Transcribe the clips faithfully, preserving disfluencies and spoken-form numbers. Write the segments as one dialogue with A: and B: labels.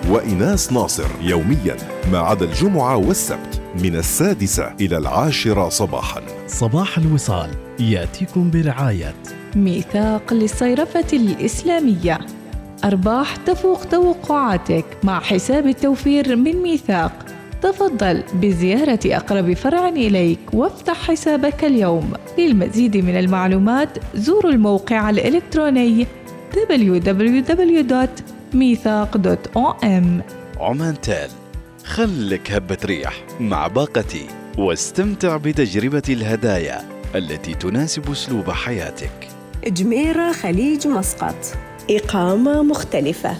A: وإناس ناصر يوميا ما عدا الجمعة والسبت من السادسة إلى العاشرة صباحا.
B: صباح الوصال يأتيكم برعاية
C: ميثاق للصيرفة الإسلامية. أرباح تفوق توقعاتك مع حساب التوفير من ميثاق. تفضل بزيارة أقرب فرع إليك وافتح حسابك اليوم. للمزيد من المعلومات زوروا الموقع الإلكتروني دبليو دبليو دبليو دوت ميثاق دوت أو إم.
D: عمان تال، خلك هبة ريح مع باقتي واستمتع بتجربة الهدايا التي تناسب أسلوب حياتك.
E: جميرة خليج مسقط، إقامة مختلفة.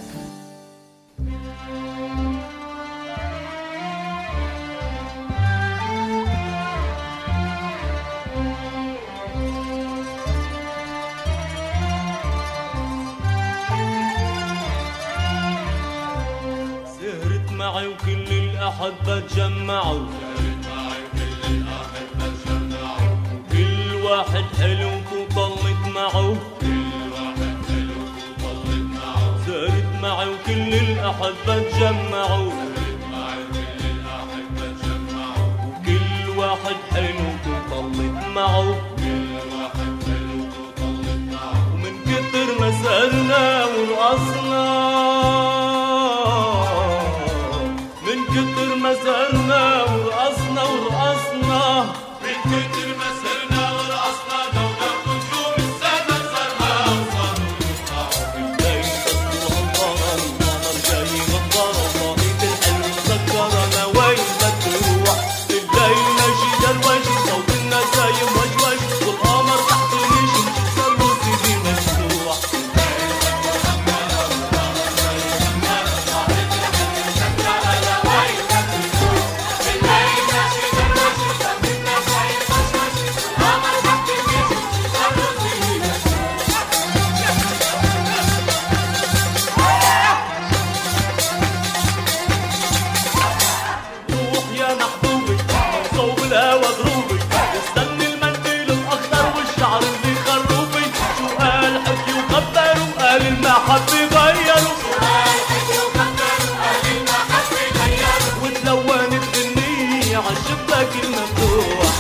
F: سهرت معي وكل الأحبة تجمعوا، سهرت معي وكل الأحبة تجمعوا، وكل واحد حلو وضلت معه، كل واحد حلو وضلت معه. سهرت معي وكل الأحبة تجمعوا، سهرت معي وكل الأحبة تجمعوا، وكل واحد حلو وضلت معه، كل واحد حلو وضلت معه. ومن كتر ما سهرنا ورقصنا، من كتر ما سهرنا ورقصنا ورقصنا، من كتر ما سهرنا ورقصنا دونا نجوم السما صرنا وصاروا الليل بتروح القمر، جاي غدارة صامت الحلم مسكرنا وين بتروح. الليل ماشي درواشي صوت النسايم وشوش، والقمر تحت النجم صار سيدي مفتوح. حبي غيروا وتلونت بالنية عالشباك المفتوح.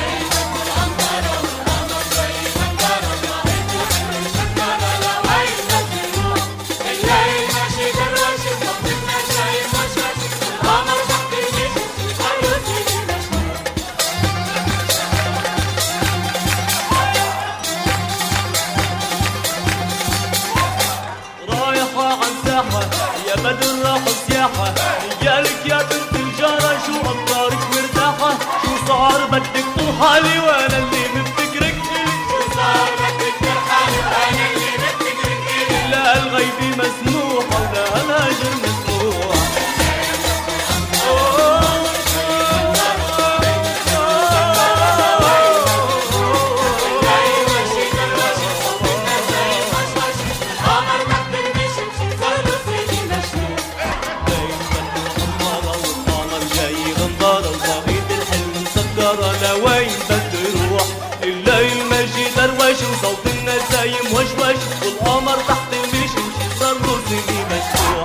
F: يا بدر راح سياحة، رجالك يا بنت الجارة شو أخبارك مرتاحة؟ شو صار بدك ترحلي وأنا اللي مفتكرك إلي؟ شو صار بدك ترحلي وأنا اللي مفتكرك إلي؟ لا الغيبي مسموح ولا الهجر مسموح. أنا وين بتروح؟ الليل ماشي دروش وصوت النسايم وشوش، والقمر تحت المشي صار رزقي مفتوح.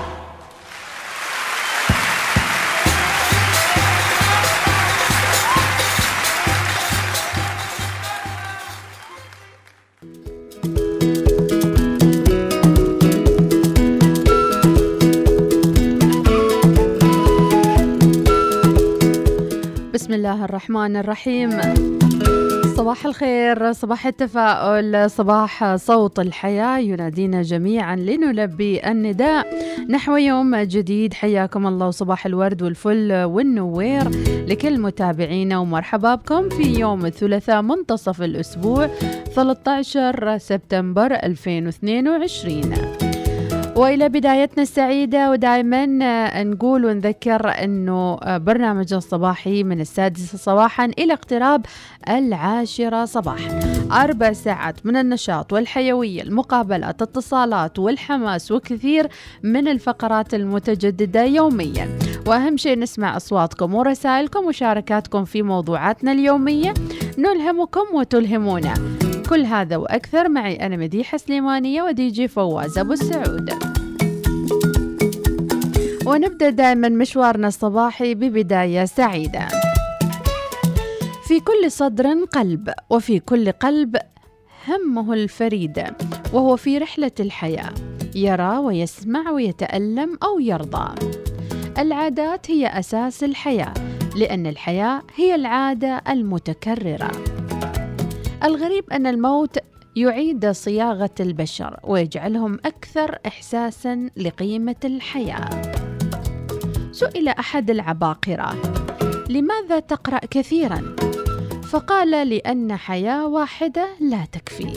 G: بسم الله الرحمن الرحيم. صباح الخير، صباح التفاؤل، صباح صوت الحياة ينادينا جميعا لنلبي النداء نحو يوم جديد. حياكم الله وصباح الورد والفل والنوير لكل متابعينا، ومرحبا بكم في يوم الثلاثاء منتصف الأسبوع ثلاثة عشر سبتمبر ألفين واثنين وعشرين. وإلى بدايتنا السعيدة، ودائما نقول ونذكر أنه برنامج الصباحي من السادسة صباحا إلى اقتراب العاشرة صباحا، أربع ساعات من النشاط والحيوية، المقابلات، اتصالات والحماس، وكثير من الفقرات المتجددة يوميا. وأهم شيء نسمع أصواتكم ورسائلكم ومشاركاتكم في موضوعاتنا اليومية، نلهمكم وتلهمونا. كل هذا وأكثر معي أنا مديحة سليمانية ودي جي فواز أبو السعود. ونبدأ دائما مشوارنا الصباحي ببداية سعيدة. في كل صدر قلب، وفي كل قلب همه الفريد، وهو في رحلة الحياة يرى ويسمع ويتألم أو يرضى. العادات هي أساس الحياة، لأن الحياة هي العادة المتكررة. الغريب أن الموت يعيد صياغة البشر ويجعلهم أكثر إحساساً لقيمة الحياة. سئل أحد العباقرة: لماذا تقرأ كثيراً؟ فقال: لأن حياة واحدة لا تكفي.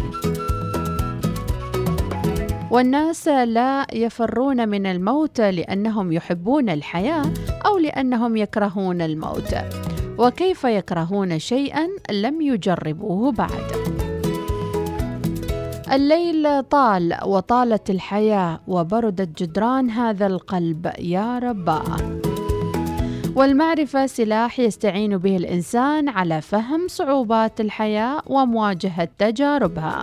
G: والناس لا يفرون من الموت لأنهم يحبون الحياة أو لأنهم يكرهون الموت. وكيف يكرهون شيئاً لم يجربوه بعد؟ الليل طال وطالت الحياة وبردت جدران هذا القلب يا رباه. والمعرفة سلاح يستعين به الإنسان على فهم صعوبات الحياة ومواجهة تجاربها.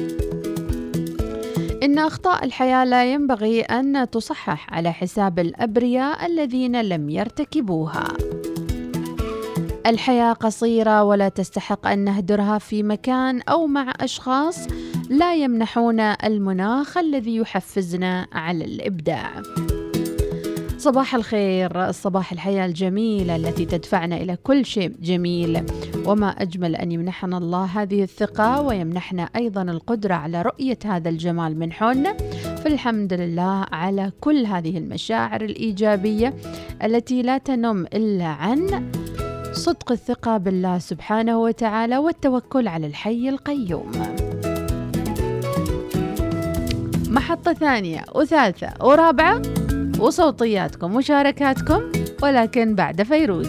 G: إن أخطاء الحياة لا ينبغي أن تصحح على حساب الأبرياء الذين لم يرتكبوها. الحياة قصيرة ولا تستحق أن نهدرها في مكان أو مع أشخاص لا يمنحون المناخ الذي يحفزنا على الإبداع. صباح الخير، صباح الحياة الجميلة التي تدفعنا إلى كل شيء جميل. وما أجمل أن يمنحنا الله هذه الثقة ويمنحنا أيضا القدرة على رؤية هذا الجمال من حولنا. فالحمد لله على كل هذه المشاعر الإيجابية التي لا تنم إلا عن صدق الثقة بالله سبحانه وتعالى والتوكل على الحي القيوم. محطة ثانية وثالثة ورابعة وصوتياتكم ومشاركاتكم، ولكن بعد فيروز.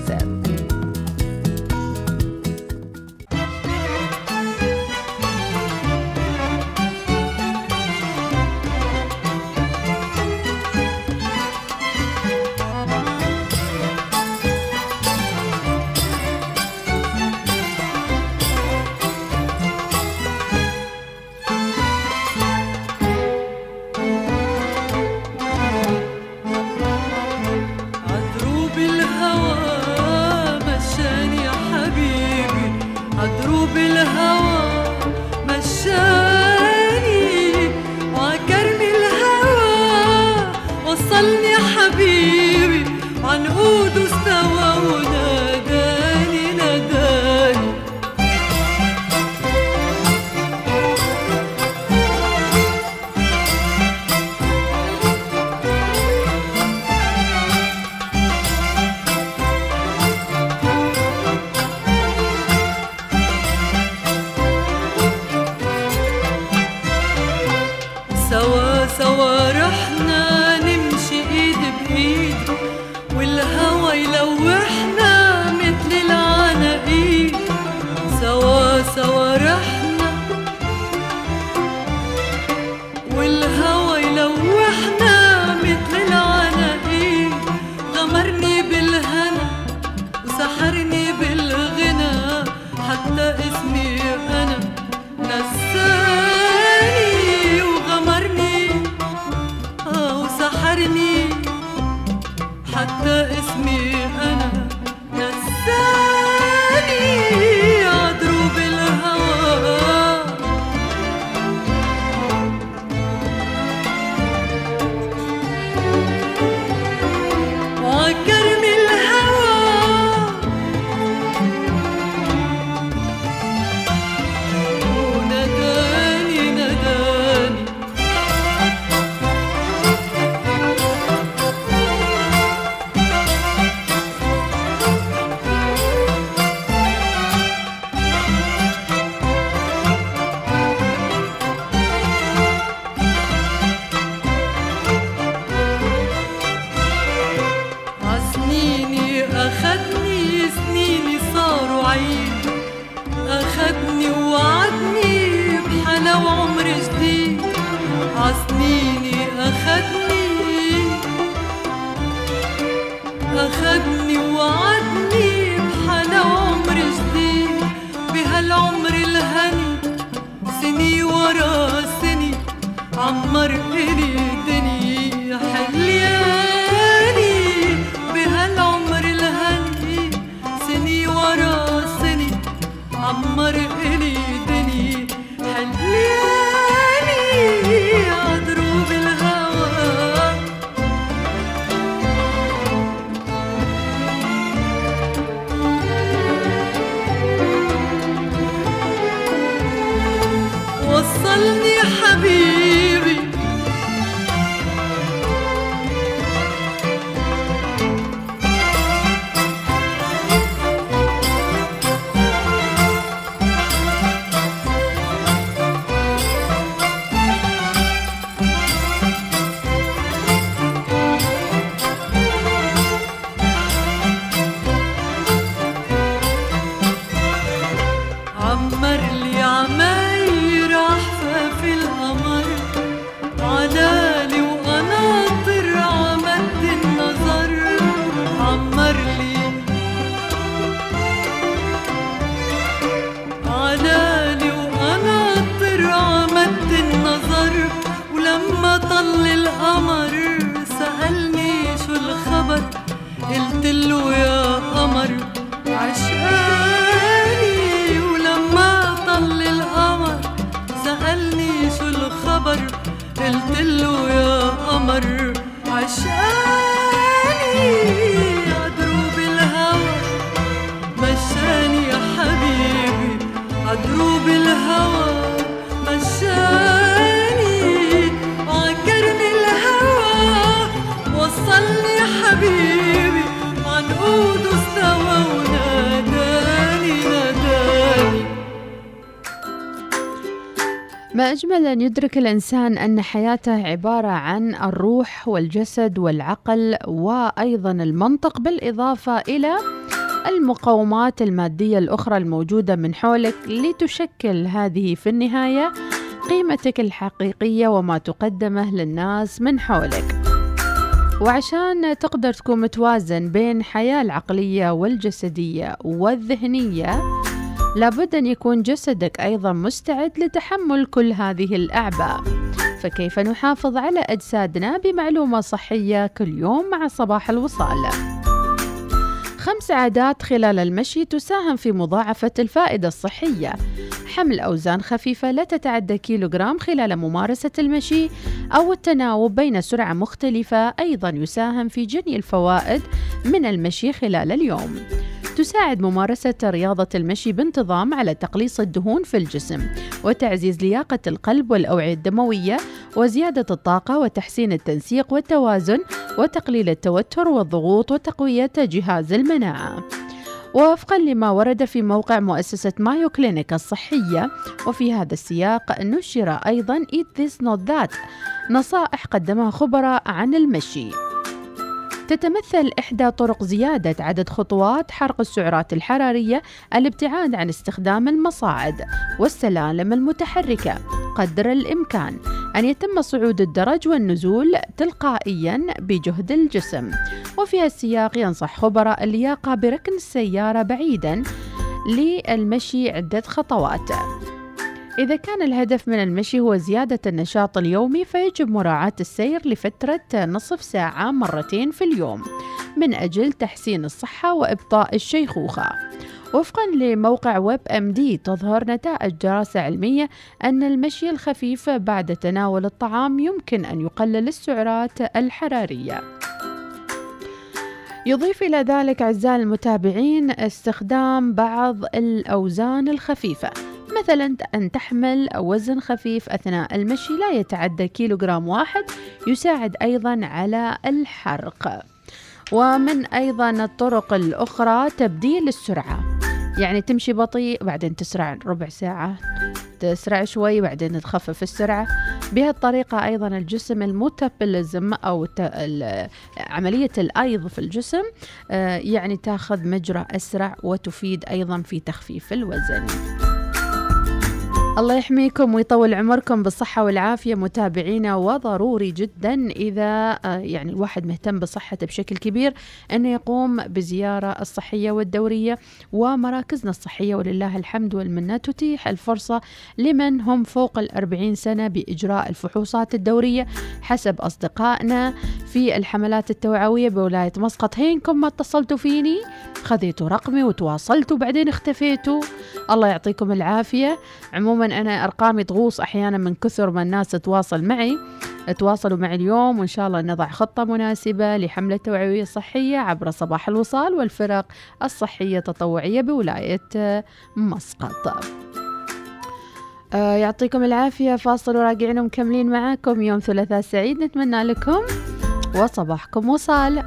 H: عمر إلي دنيا حلياني قلتله يا قمر عشقاني، ولما طل القمر سألني شو الخبر، قلتله يا قمر عشقاني، عدروب الهوى مشاني يا حبيبي، عدروب الهوى مشاني، وعكرني الهوى وصلني حبيبي، عنقود استوى وناداني ناداني.
G: ما أجمل أن يدرك الإنسان أن حياته عبارة عن الروح والجسد والعقل وأيضا المنطق، بالإضافة إلى المقومات المادية الأخرى الموجودة من حولك، لتشكل هذه في النهاية قيمتك الحقيقية وما تقدمه للناس من حولك. وعشان تقدر تكون متوازن بين حياة العقلية والجسدية والذهنية، لابد أن يكون جسدك أيضا مستعد لتحمل كل هذه الأعباء. فكيف نحافظ على أجسادنا بمعلومة صحية كل يوم مع صباح الوصال؟ خمس عادات خلال المشي تساهم في مضاعفة الفائدة الصحية. حمل أوزان خفيفة لا تتعدى كيلوغرام خلال ممارسة المشي أو التناوب بين سرعة مختلفة أيضا يساهم في جني الفوائد من المشي خلال اليوم. تساعد ممارسة رياضة المشي بانتظام على تقليص الدهون في الجسم وتعزيز لياقة القلب والأوعية الدموية وزيادة الطاقة وتحسين التنسيق والتوازن وتقليل التوتر والضغوط وتقوية جهاز المناعة. ووفقا لما ورد في موقع مؤسسة مايو كلينيك الصحية، وفي هذا السياق نشر أيضا Eat This Not That، نصائح قدمها خبراء عن المشي. تتمثل إحدى طرق زيادة عدد خطوات حرق السعرات الحرارية الابتعاد عن استخدام المصاعد والسلالم المتحركة قدر الإمكان، أن يتم صعود الدرج والنزول تلقائياً بجهد الجسم. وفي السياق ينصح خبراء اللياقة بركن السيارة بعيداً للمشي عدة خطوات. إذا كان الهدف من المشي هو زيادة النشاط اليومي، فيجب مراعاة السير لفترة نصف ساعة مرتين في اليوم من أجل تحسين الصحة وإبطاء الشيخوخة. وفقا لموقع ويب أم دي، تظهر نتائج دراسة علمية أن المشي الخفيف بعد تناول الطعام يمكن أن يقلل السعرات الحرارية. يضيف إلى ذلك أعزائي المتابعين استخدام بعض الأوزان الخفيفة، مثلا أن تحمل وزن خفيف أثناء المشي لا يتعدى كيلوغرام واحد، يساعد أيضا على الحرق. ومن أيضا الطرق الأخرى تبديل السرعة، يعني تمشي بطيء بعدين تسرع ربع ساعة، تسرع شوي بعدين تخفف السرعة. بهالطريقة أيضا الجسم الميتابوليزم أو عملية الأيض في الجسم يعني تاخذ مجرى أسرع وتفيد أيضا في تخفيف الوزن. الله يحميكم ويطول عمركم بالصحة والعافية متابعينا. وضروري جدا إذا يعني الواحد مهتم بصحته بشكل كبير أنه يقوم بزيارة الصحية والدورية، ومراكزنا الصحية ولله الحمد والمنة تتيح الفرصة لمن هم فوق الأربعين سنة بإجراء الفحوصات الدورية حسب أصدقائنا في الحملات التوعوية بولاية مسقط. هينكم ما اتصلتوا فيني خذيتوا رقمي وتواصلتوا بعدين اختفيتوا، الله يعطيكم العافية. عموما أنا أرقامي تغوص أحيانا من كثر ما الناس تتواصل معي. تواصلوا معي اليوم وإن شاء الله نضع خطة مناسبة لحملة توعوية صحية عبر صباح الوصال والفرق الصحية التطوعية بولاية مسقط. آه يعطيكم العافية. فاصل وراجعين ومكملين معاكم يوم ثلاثاء سعيد، نتمنى لكم وصباحكم وصال.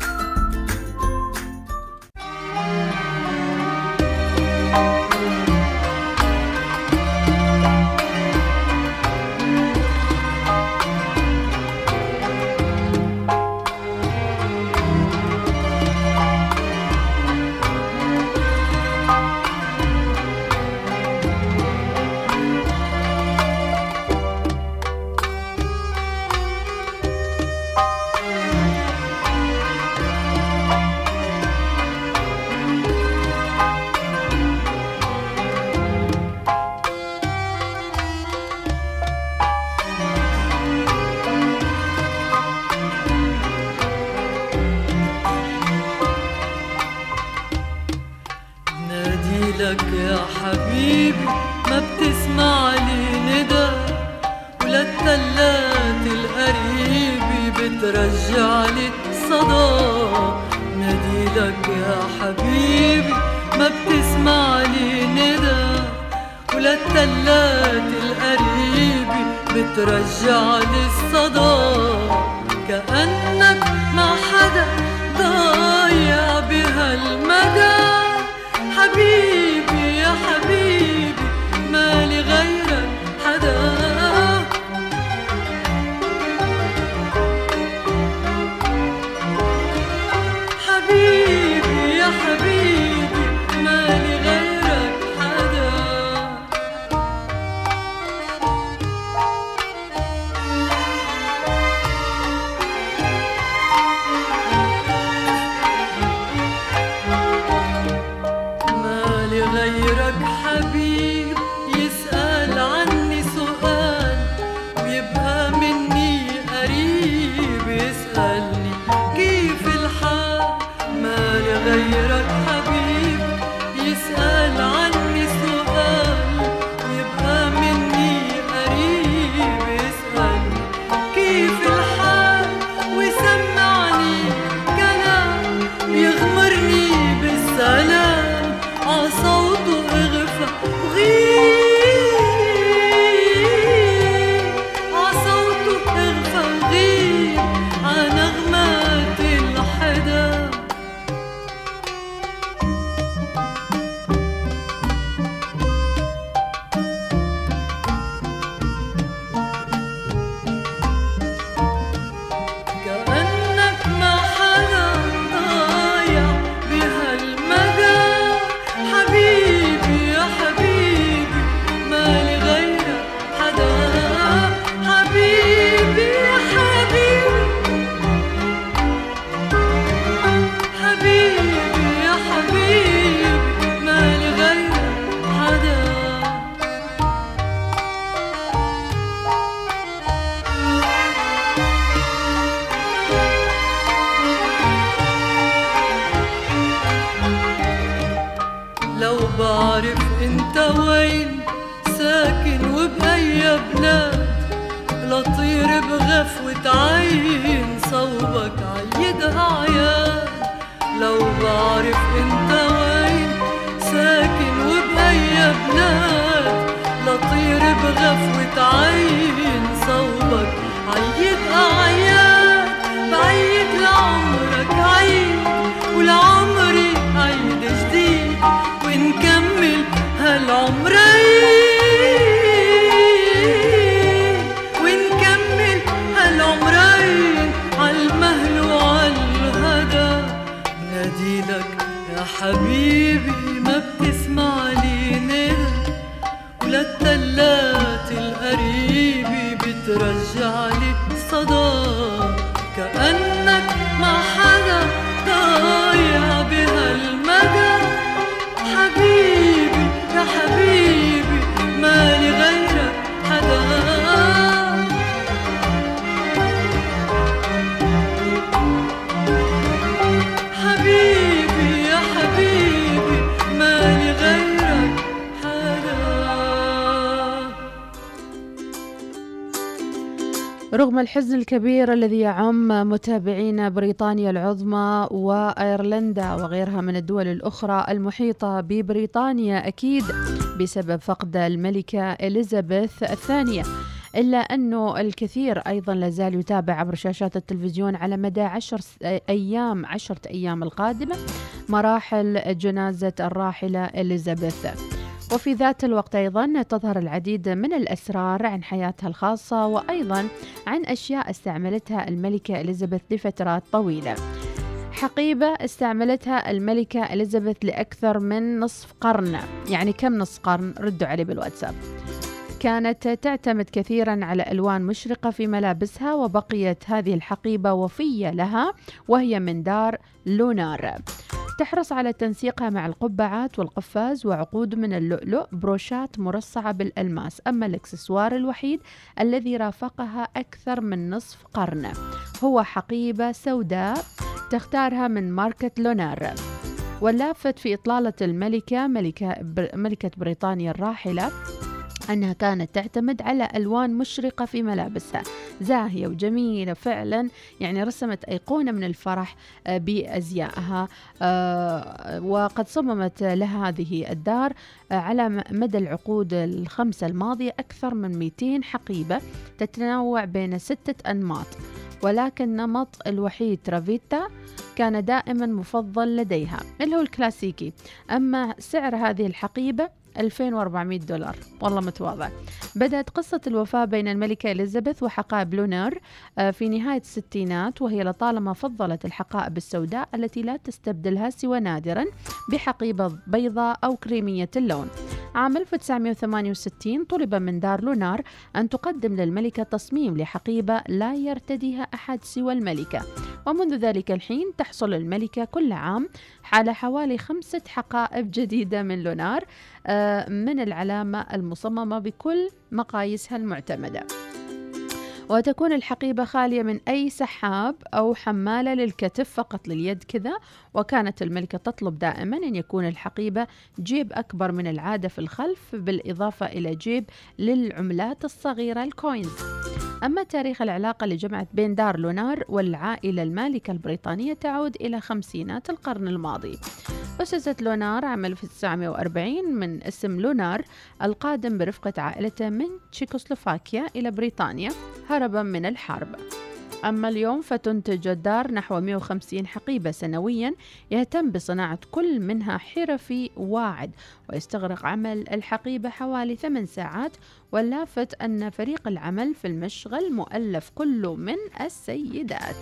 H: يا حبيبي ما بتسمع لي ندى، وللتلات القريبي بترجع لي صدى. ناديلك يا حبيبي ما بتسمع لي ندى، وللتلات القريبي بترجع لي الصدى. كأنك مع حدا ضايع بهالمدى. حبيبي يا حبيبي مالي غيرك حدا. حبيبي يا حبيبي مالي غيرك حدا. مالي غيرك حبيب يسأل عني سؤال، ويبقى مني قريب يسألني كيف الحال. مالي غيرك حبيب يسأل عني سؤال، ويبقى مني قريب يسألني كيف الحال. ويسمعني كلام يغمرني بالسلام، عصوته اغفى وغيب، عصوته اغفى وغيب عنغمات الحدا. كأنك ما حدا ضايع بهالمدى. حبيبي يا حبيبي مالي غيرك حدا. حبيبي يا حبيبي، حبيبي يا حبيبي مالي غيرك حدا. لو بعرف انت وين ساكن وبأي بلاد، لطير بغفوة عين صوبك عيد أعياد. لو بعرف انت وين ساكن وبأي بلاد، لطير بغفوة عين صوبك عيد أعياد. بعيد لعمرك عيد ولعمري عيد جديد، ونكمل هالعمرين، ونكمل هالعمرين عالمهل وعالهدى. ناديلك يا حبيبي ما بتسمع لي ندى، وللتلات القريبي بترجع لي صدى. كأنك مع حدا ضايع بهالمدى. حبيبي يا حبيبي مالي غيرك حدا. حبيبي يا حبيبي مالي غيرك حدا.
G: رغم الحزن الكبير الذي يعم متابعين بريطانيا العظمى وأيرلندا وغيرها من الدول الأخرى المحيطة ببريطانيا أكيد بسبب فقد الملكة إليزابيث الثانية، إلا أنه الكثير أيضا لازال يتابع عبر شاشات التلفزيون على مدى عشر أيام عشرة أيام القادمة مراحل جنازة الراحلة إليزابيث. وفي ذات الوقت أيضا تظهر العديد من الأسرار عن حياتها الخاصة، وأيضا عن أشياء استعملتها الملكة إليزابيث لفترات طويلة. حقيبة استعملتها الملكة إليزابيث لأكثر من نصف قرن. يعني كم نصف قرن؟ ردوا علي بالواتساب. كانت تعتمد كثيرا على ألوان مشرقة في ملابسها، وبقيت هذه الحقيبة وفية لها وهي من دار لونار. تحرص على تنسيقها مع القبعات والقفاز وعقود من اللؤلؤ، بروشات مرصعة بالألماس. أما الإكسسوار الوحيد الذي رافقها أكثر من نصف قرن هو حقيبة سوداء تختارها من ماركة لونار. واللافت في إطلالة الملكة ملكة, ملكة بريطانيا الراحلة أنها كانت تعتمد على ألوان مشرقة في ملابسها، زاهية وجميلة فعلا، يعني رسمت أيقونة من الفرح بأزيائها. وقد صممت لها هذه الدار على مدى العقود الخمسة الماضية أكثر من مئتين حقيبة تتنوع بين ستة أنماط، ولكن نمط الوحيد ترافيتا كان دائما مفضل لديها اللي هو الكلاسيكي. أما سعر هذه الحقيبة ألفين وأربعمئة دولار، والله متواضع. بدأت قصة الوفاة بين الملكة إليزابيث وحقائب لونار في نهاية الستينات، وهي لطالما فضلت الحقائب السوداء التي لا تستبدلها سوى نادرا بحقيبة بيضاء أو كريمية اللون. عام ألف وتسعمئة وثمانية وستين طلب من دار لونار أن تقدم للملكة تصميم لحقيبة لا يرتديها أحد سوى الملكة، ومنذ ذلك الحين تحصل الملكة كل عام على حوالي خمسة حقائب جديدة من لونار من العلامة المصممة بكل مقاييسها المعتمدة. وتكون الحقيبة خالية من أي سحاب أو حمالة للكتف، فقط لليد كذا. وكانت الملكة تطلب دائما أن يكون الحقيبة جيب أكبر من العادة في الخلف، بالإضافة إلى جيب للعملات الصغيرة الكوينز. أما تاريخ العلاقة اللي جمعت بين دار لونار والعائلة المالكة البريطانية تعود إلى خمسينات القرن الماضي. أسست لونار عام ألف وتسعمئة وأربعين من اسم لونار القادم برفقة عائلته من تشيكوسلوفاكيا إلى بريطانيا هربا من الحرب. أما اليوم فتنتج الدار نحو مئة وخمسين حقيبة سنويا، يهتم بصناعة كل منها حرفي واعد، ويستغرق عمل الحقيبة حوالي ثمان ساعات. واللافت أن فريق العمل في المشغل مؤلف كله من السيدات.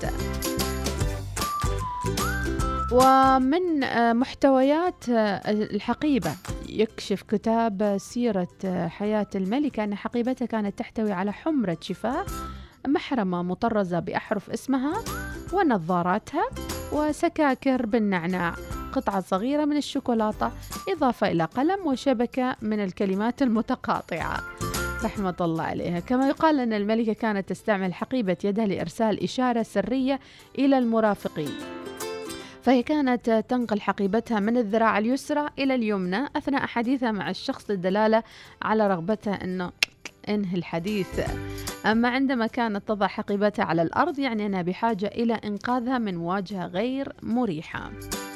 G: ومن محتويات الحقيبة يكشف كتاب سيرة حياة الملكة أن حقيبتها كانت تحتوي على حمرة شفاه، محرمة مطرزة بأحرف اسمها ونظاراتها، وسكاكر بالنعناع، قطعة صغيرة من الشوكولاتة، إضافة إلى قلم وشبكة من الكلمات المتقاطعة رحمة الله عليها. كما يقال أن الملكة كانت تستعمل حقيبة يدها لإرسال إشارة سرية إلى المرافقين، فهي كانت تنقل حقيبتها من الذراع اليسرى إلى اليمنى أثناء حديثها مع الشخص للدلالة على رغبتها أنه انهي الحديث. أما عندما كانت تضع حقيبتها على الأرض يعني أنها بحاجة إلى إنقاذها من مواجهة غير مريحة.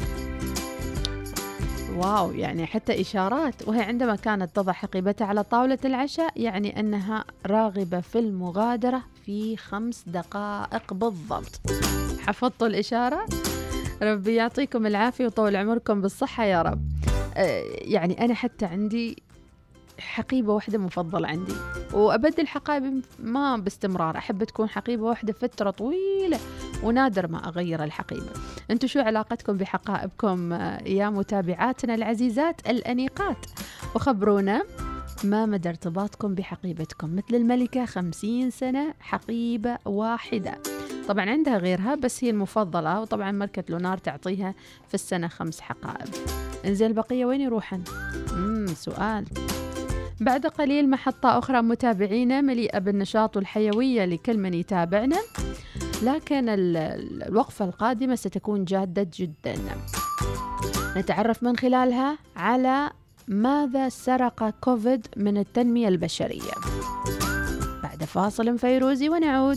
G: واو، يعني حتى إشارات. وهي عندما كانت تضع حقيبتها على طاولة العشاء يعني أنها راغبة في المغادرة في خمس دقائق بالضبط. حفظتوا الإشارة؟ ربي يعطيكم العافية وطول عمركم بالصحة يا رب. أه يعني أنا حتى عندي حقيبة واحدة مفضلة عندي، وأبدل حقائب ما باستمرار، أحب تكون حقيبة واحدة فترة طويلة، ونادر ما أغير الحقيبة. أنتوا شو علاقتكم بحقائبكم يا متابعاتنا العزيزات الأنيقات؟ وخبرونا ما مدى ارتباطكم بحقيبتكم. مثل الملكة خمسين سنة حقيبة واحدة، طبعا عندها غيرها بس هي المفضلة، وطبعا ماركة لونار تعطيها في السنة خمس حقائب. انزين البقية وين يروحن؟ مم سؤال. بعد قليل محطة أخرى متابعينا مليئة بالنشاط والحيوية لكل من يتابعنا، لكن الوقفة القادمة ستكون جادة جدا، نتعرف من خلالها على ماذا سرق كوفيد من التنمية البشرية. بعد فاصل فيروزي ونعود.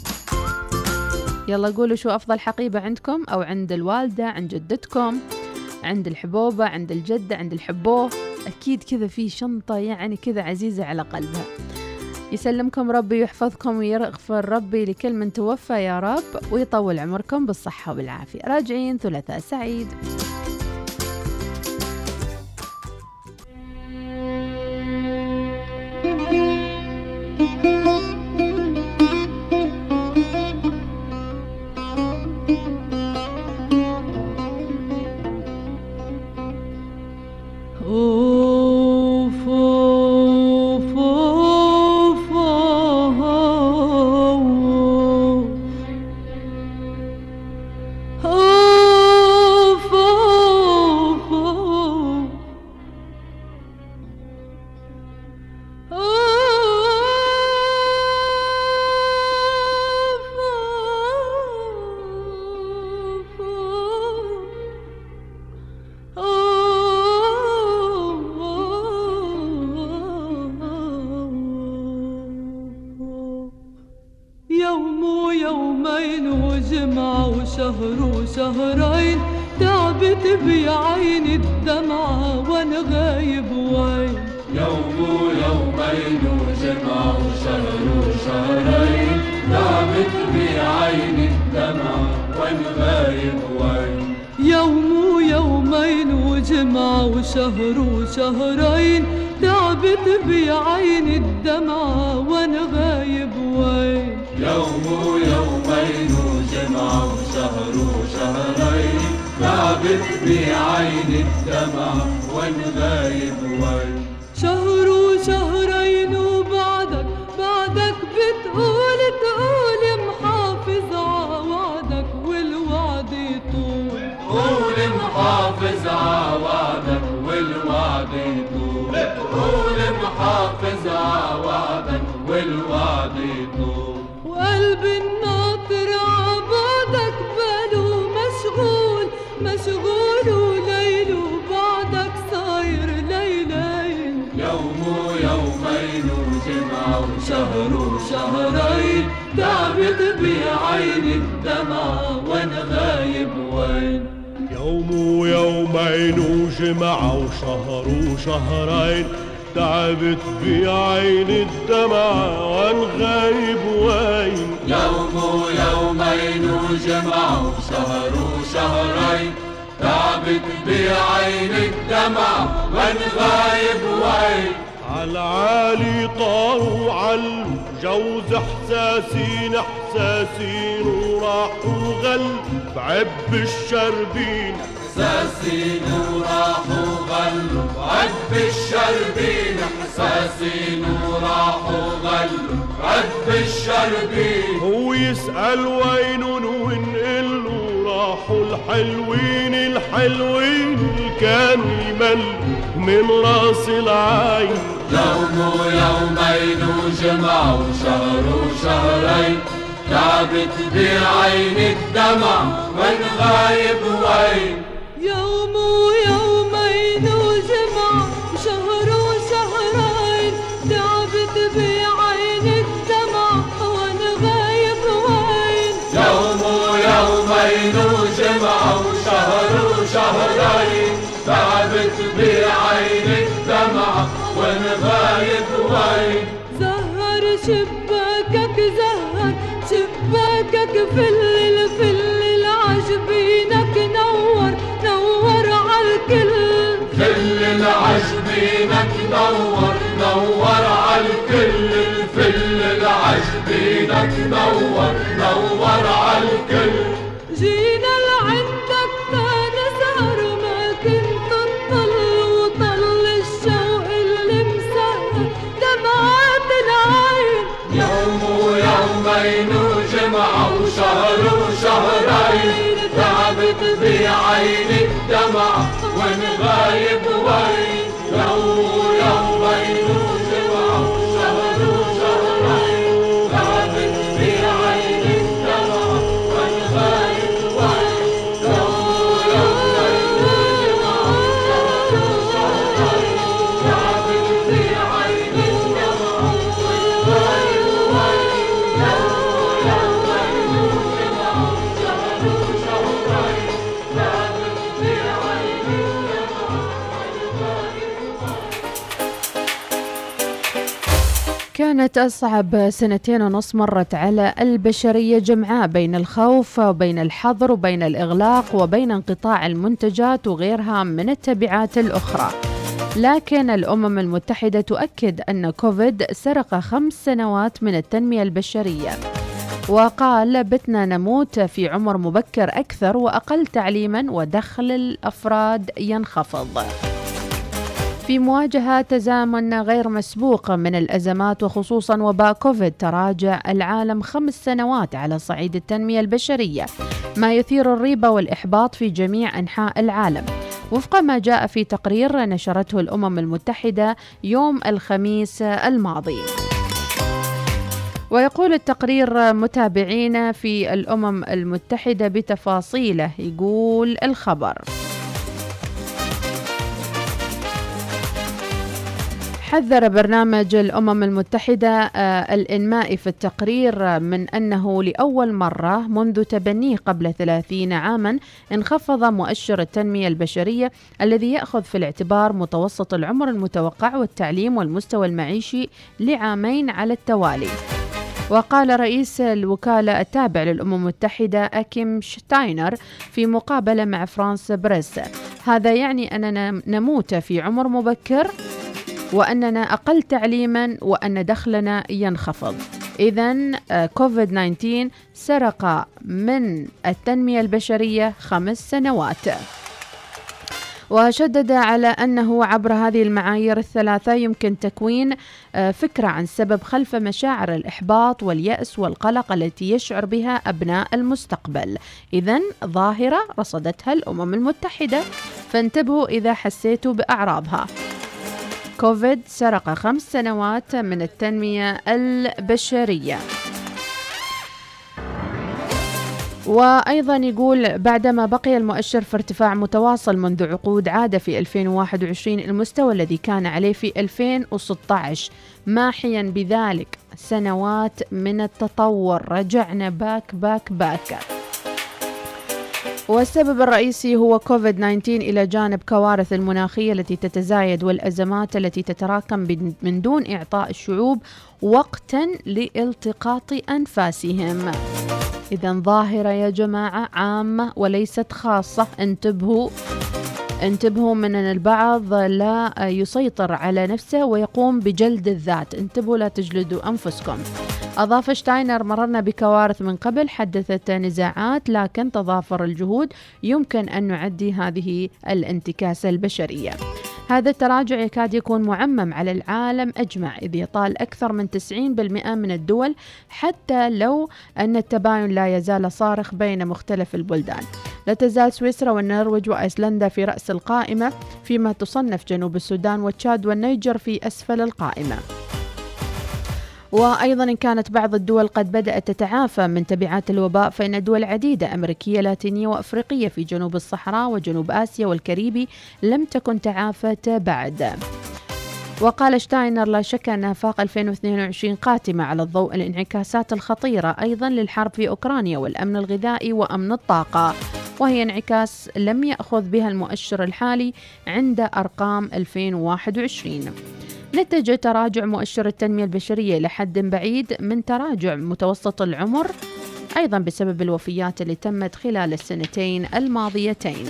G: يلا قولوا شو أفضل حقيبة عندكم، أو عند الوالدة، عند جدتكم، عند الحبوبة، عند الجدة، عند الحبوه. أكيد كذا في شنطة يعني كذا عزيزة على قلبها. يسلمكم ربي ويحفظكم ويغفر ربي لكل من توفى يا رب، ويطول عمركم بالصحة والعافية. راجعين ثلاثاء سعيد.
H: Oh وشهر وشهرين تعبت بعين الدمعة وانا غايب وين.
F: يوم ويومين وجمعة وشهر وشهرين تعبت بعين الدمعة وانا غايب وين.
H: يوم ويومين وجمعة وشهر وشهرين تعبت بعين الدمعة وانا غايب وين.
F: يوم ويومين وجمعة وشهر وشهرين تعبت بعين الدمعة وانا غايب وين.
H: شهر وشهرين وبعدك بعدك بتقول تقول محافظ عوعدك والوعد يطول.
F: قول محافظ عوعدك والوعد يطول. قول محافظ عوعدك والوعد يطول.
H: وقلبي الناطر عبعدك باله مشغول مشغول وليل وبعدك صاير ليلين.
F: يوم ويومين وجمعة وشهر وشهرين تعبت بعين الدمعة وانا غايب وين.
I: يوم ويومين وجمعة وشهر وشهرين تعبت بعين الدمعة وانا غايب وين.
F: يوم ويومين وجمعة وشهر وشهرين تعبت بعين الدمعة وانا غايب وين.
I: عالعالي طاروا علوا جوز احساسين احساسين وراحوا غل بعب الشربين.
F: احساسين وراحوا غلوا بعب الشربين. احساسين وراحوا غلوا بعب الشربين.
I: هو يسأل وينن ونقله راحوا الحلوين الحلوين كانوا يملوا من راس العين.
F: يوم ويومين وجمعة وشهر وشهرين تعبت بعين الدمع وانا غايب وين.
H: يوم ويومين وجمعة وشهر وشهرين تعبت بعين الدمع وانا غايب وين.
F: يوم ويومين وجمعة وشهر وشهرين تعبت بعين الدمع وانا غايب وين.
H: زهر شباكك زهر شباكك فل فل عجبينك نور نور عالكل.
F: فل العجبينك نور نور عالكل. الفل العجبينك نور نور عالكل.
H: جينا لعندك تنسهر ما كنت تطل وطل الشوق اللي مسهر دمعات العين.
F: يوم ويومين وجمعة وشهر وشهرين تعبت بعين الدمع وانا غايب وين. يوم ويومين وجمعة وشهر وشهرين تعبت بعين الدمع وانا غايب وين. يوم ويومين وجمعة وشهر وشهرين تعبت بعين الدمع وانا غايب وين.
G: كانت أصعب سنتين ونص مرت على البشرية جمعاء بين الخوف وبين الحظر وبين الإغلاق وبين انقطاع المنتجات وغيرها من التبعات الأخرى. لكن الأمم المتحدة تؤكد أن كوفيد سرق خمس سنوات من التنمية البشرية، وقال بتنا نموت في عمر مبكر أكثر وأقل تعليما ودخل الأفراد ينخفض. في مواجهة تزامن غير مسبوق من الأزمات وخصوصا وباء كوفيد تراجع العالم خمس سنوات على صعيد التنمية البشرية، ما يثير الريبة والإحباط في جميع أنحاء العالم وفق ما جاء في تقرير نشرته الأمم المتحدة يوم الخميس الماضي. ويقول التقرير متابعين في الأمم المتحدة بتفاصيله، يقول الخبر: وحذر برنامج الأمم المتحدة الإنمائي في التقرير من أنه لأول مرة منذ تبنيه قبل ثلاثين عاما انخفض مؤشر التنمية البشرية الذي يأخذ في الاعتبار متوسط العمر المتوقع والتعليم والمستوى المعيشي لعامين على التوالي. وقال رئيس الوكالة التابع للأمم المتحدة أكيم شتاينر في مقابلة مع فرانس بريس: هذا يعني أننا نموت في عمر مبكر، وأننا أقل تعليما، وأن دخلنا ينخفض. إذن كوفيد تسعة عشر سرق من التنمية البشرية خمس سنوات. وشدد على أنه عبر هذه المعايير الثلاثة يمكن تكوين فكرة عن سبب خلف مشاعر الإحباط واليأس والقلق التي يشعر بها أبناء المستقبل. إذن ظاهرة رصدتها الأمم المتحدة، فانتبهوا إذا حسيتوا بأعراضها. كوفيد سرق خمس سنوات من التنمية البشرية. وأيضا يقول: بعدما بقي المؤشر في ارتفاع متواصل منذ عقود، عاد في ألفين وواحد وعشرين المستوى الذي كان عليه في ألفين وستة عشر، ماحيا بذلك سنوات من التطور. رجعنا باك باك باك. والسبب الرئيسي هو كوفيد تسعة عشر إلى جانب كوارث المناخية التي تتزايد والأزمات التي تتراكم من دون إعطاء الشعوب وقتا لالتقاط أنفاسهم. إذن ظاهرة يا جماعة عامة وليست خاصة. انتبهوا انتبهوا من أن البعض لا يسيطر على نفسه ويقوم بجلد الذات. انتبهوا لا تجلدوا أنفسكم. أضاف شتاينر: مررنا بكوارث من قبل حدثت نزاعات، لكن تضافر الجهود يمكن أن نعدي هذه الانتكاسة البشرية. هذا التراجع يكاد يكون معمم على العالم أجمع، إذ يطال أكثر من تسعين بالمئة من الدول، حتى لو أن التباين لا يزال صارخ بين مختلف البلدان. لا تزال سويسرا والنرويج وأيسلندا في رأس القائمة، فيما تصنف جنوب السودان وتشاد والنيجر في أسفل القائمة. وأيضا إن كانت بعض الدول قد بدأت تتعافى من تبعات الوباء، فإن دول عديدة أمريكية لاتينية وأفريقية في جنوب الصحراء وجنوب آسيا والكاريبي لم تكن تعافت بعد. وقال شتاينر: لا شك أن آفاق ألفين واثنين وعشرين قاتمة على الضوء الانعكاسات الخطيرة أيضا للحرب في أوكرانيا والأمن الغذائي وأمن الطاقة، وهي انعكاس لم يأخذ بها المؤشر الحالي عند أرقام ألفين وواحد وعشرين. نتج تراجع مؤشر التنمية البشرية إلى حد بعيد من تراجع متوسط العمر، أيضا بسبب الوفيات اللي تمت خلال السنتين الماضيتين.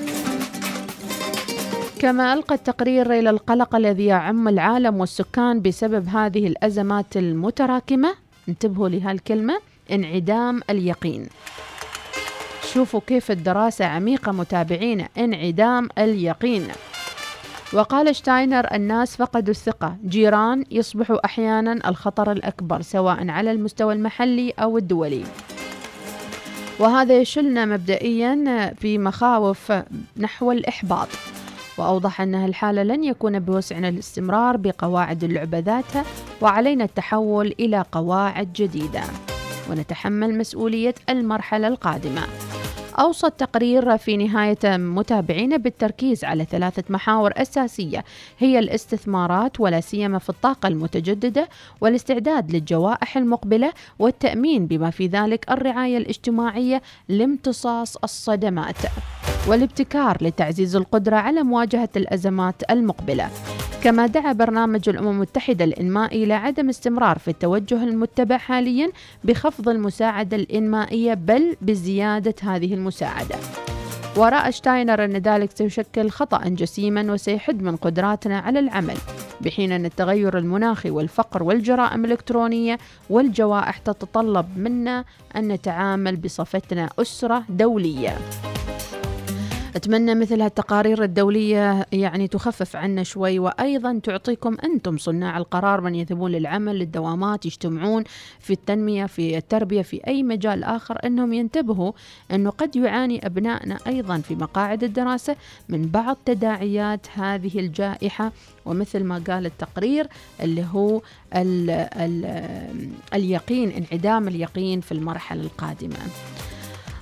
G: كما ألقى التقرير إلى القلق الذي يعم العالم والسكان بسبب هذه الأزمات المتراكمة. انتبهوا لهالكلمة، انعدام اليقين. شوفوا كيف الدراسة عميقة متابعين، انعدام اليقين. وقال شتاينر: الناس فقدوا الثقة، جيران يصبحوا أحيانا الخطر الأكبر سواء على المستوى المحلي أو الدولي. وهذا يشلنا مبدئيا في مخاوف نحو الإحباط. وأوضح أن الحالة لن يكون بوسعنا الاستمرار بقواعد اللعبة ذاتها، وعلينا التحول إلى قواعد جديدة ونتحمل مسؤولية المرحلة القادمة. أوصى التقرير في نهاية متابعين بالتركيز على ثلاثة محاور أساسية، هي الاستثمارات ولا سيما في الطاقة المتجددة، والاستعداد للجوائح المقبلة، والتأمين بما في ذلك الرعاية الاجتماعية لامتصاص الصدمات، والابتكار لتعزيز القدرة على مواجهة الأزمات المقبلة. كما دعا برنامج الأمم المتحدة الإنمائي إلى عدم استمرار في التوجه المتبع حاليا بخفض المساعدة الإنمائية، بل بزيادة هذه المساعدة. ورأى شتاينر أن ذلك سيشكل خطأ جسيما وسيحد من قدراتنا على العمل، بحين أن التغير المناخي والفقر والجرائم الإلكترونية والجوائح تتطلب منا أن نتعامل بصفتنا أسرة دولية. أتمنى مثل هالتقارير الدولية يعني تخفف عنا شوي، وأيضا تعطيكم أنتم صناع القرار من يذهبون للعمل، للدوامات، يجتمعون في التنمية، في التربية، في أي مجال آخر، أنهم ينتبهوا أنه قد يعاني أبنائنا أيضا في مقاعد الدراسة من بعض تداعيات هذه الجائحة. ومثل ما قال التقرير اللي هو ال ال اليقين، انعدام اليقين في المرحلة القادمة.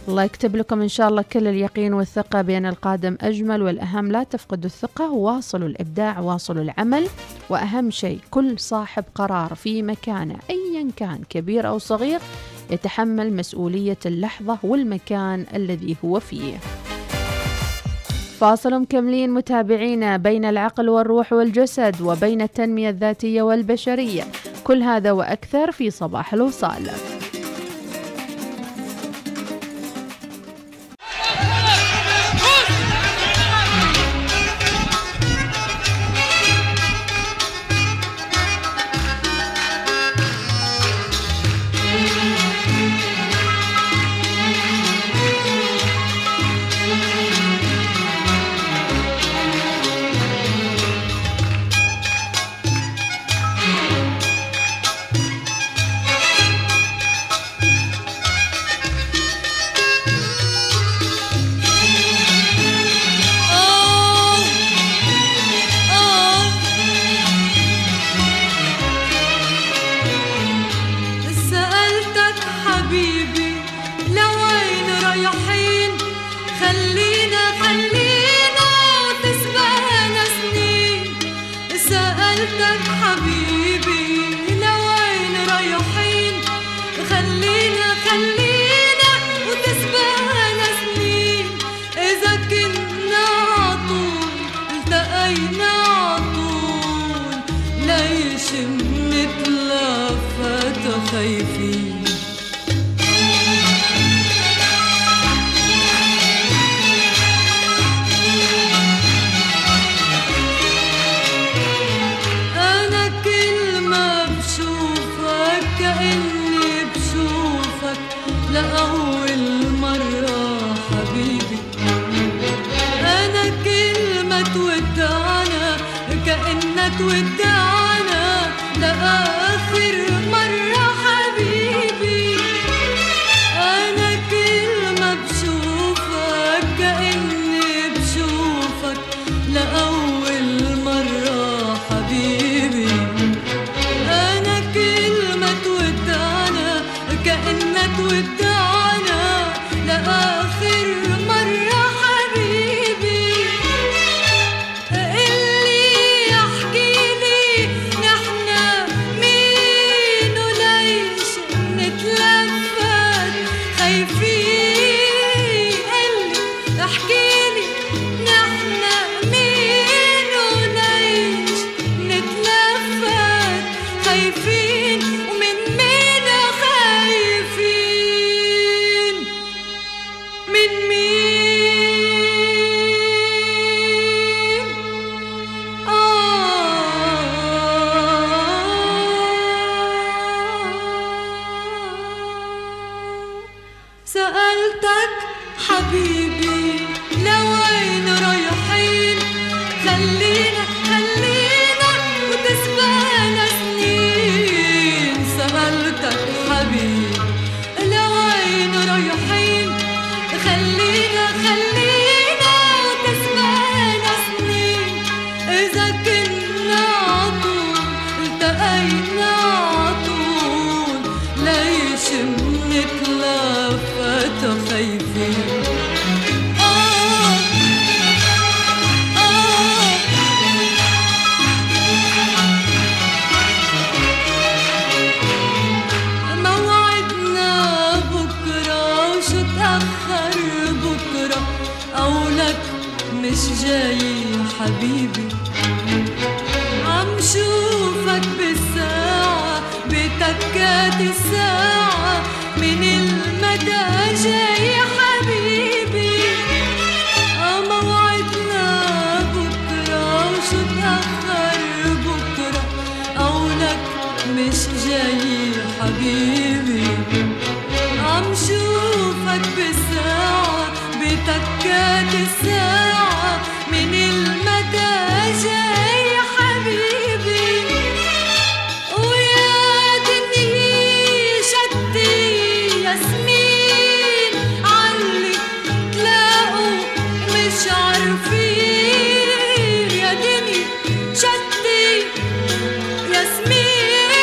G: الله يكتب لكم إن شاء الله كل اليقين والثقة بأن القادم أجمل، والأهم لا تفقدوا الثقة، واصلوا الإبداع، واصلوا العمل، وأهم شيء كل صاحب قرار في مكانه أيا كان كبير أو صغير يتحمل مسؤولية اللحظة والمكان الذي هو فيه. فاصل مكملين متابعينا بين العقل والروح والجسد وبين التنمية الذاتية والبشرية، كل هذا وأكثر في صباح الوصال.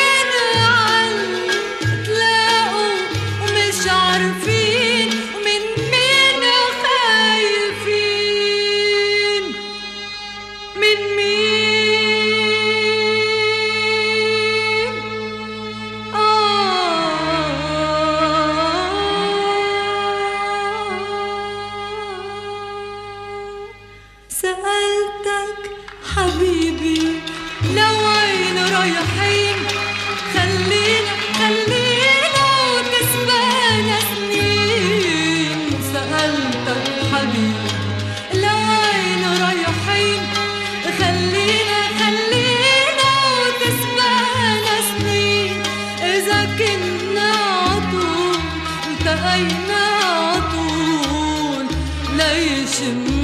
J: عارفين ومن
H: سألتك حبيبي لوين رايحين، خلينا خلينا وتسبقنا سنين. سألتك حبيبي لوين رايحين، خلينا خلينا وتسبقنا سنين. إذا كنا عطول التقينا عطول، ليش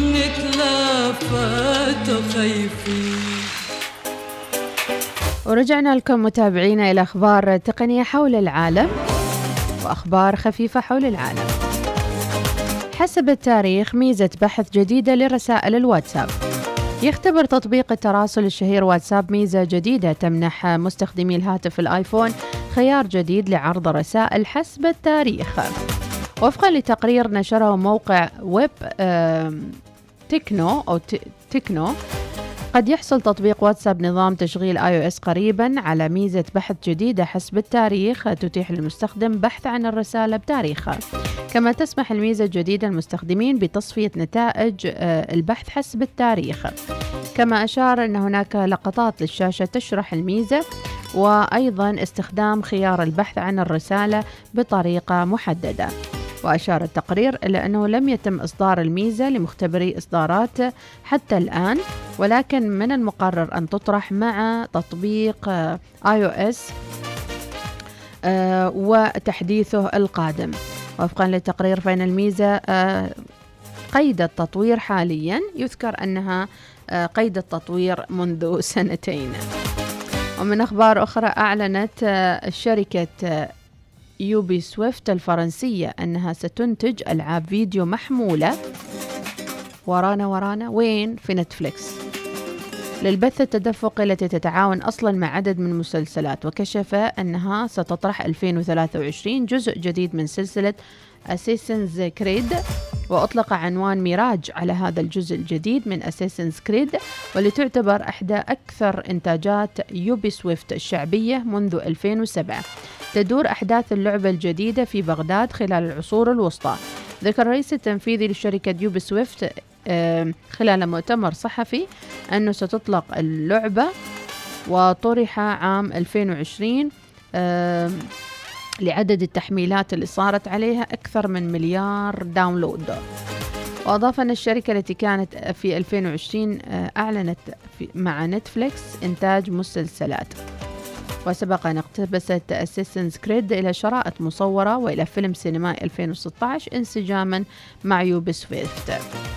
H: منتلافت خايفين؟
G: ورجعنا لكم متابعينا إلى أخبار تقنية حول العالم وأخبار خفيفة حول العالم. حسب التاريخ ميزة بحث جديدة لرسائل الواتساب. يختبر تطبيق التراسل الشهير واتساب ميزة جديدة تمنح مستخدمي الهاتف الآيفون خيار جديد لعرض الرسائل حسب التاريخ. وفقا لتقرير نشره موقع ويب تكنو أو تكنو، قد يحصل تطبيق واتساب نظام تشغيل آي أو إس قريبا على ميزة بحث جديدة حسب التاريخ تتيح للمستخدم بحث عن الرسالة بتاريخها. كما تسمح الميزة الجديدة للمستخدمين بتصفية نتائج البحث حسب التاريخ. كما أشار أن هناك لقطات للشاشة تشرح الميزة، وأيضا استخدام خيار البحث عن الرسالة بطريقة محددة. وأشار التقرير إلى أنه لم يتم إصدار الميزة لمختبري إصدارات حتى الآن، ولكن من المقرر أن تطرح مع تطبيق آي أو إس وتحديثه القادم. وفقا للتقرير فإن الميزة قيد التطوير حاليا، يذكر أنها قيد التطوير منذ سنتين. ومن أخبار أخرى، أعلنت شركة يوبي سويفت الفرنسية أنها ستنتج ألعاب فيديو محمولة ورانا ورانا وين في نتفليكس للبث التدفقي، التي تتعاون أصلا مع عدد من المسلسلات. وكشف أنها ستطرح ألفين وثلاثة وعشرين جزء جديد من سلسلة أساسنز كريد، وأطلق عنوان ميراج على هذا الجزء الجديد من أساسنز كريد، واللي تعتبر إحدى أكثر إنتاجات يوبي سويفت الشعبية منذ ألفين وسبعة. تدور أحداث اللعبة الجديدة في بغداد خلال العصور الوسطى. ذكر الرئيس التنفيذي لشركة يوبي سويفت خلال مؤتمر صحفي أنه ستطلق اللعبة، وطرح عام ألفين وعشرين لعدد التحميلات اللي صارت عليها أكثر من مليار داونلود. وأضاف أن الشركة التي كانت في ألفين وعشرين أعلنت مع نتفليكس إنتاج مسلسلات. وسبق أن اقتبست أساسنز كريد إلى شرائط مصورة وإلى فيلم سينمائي ألفين وستة عشر انسجاما مع يوبي سويفت.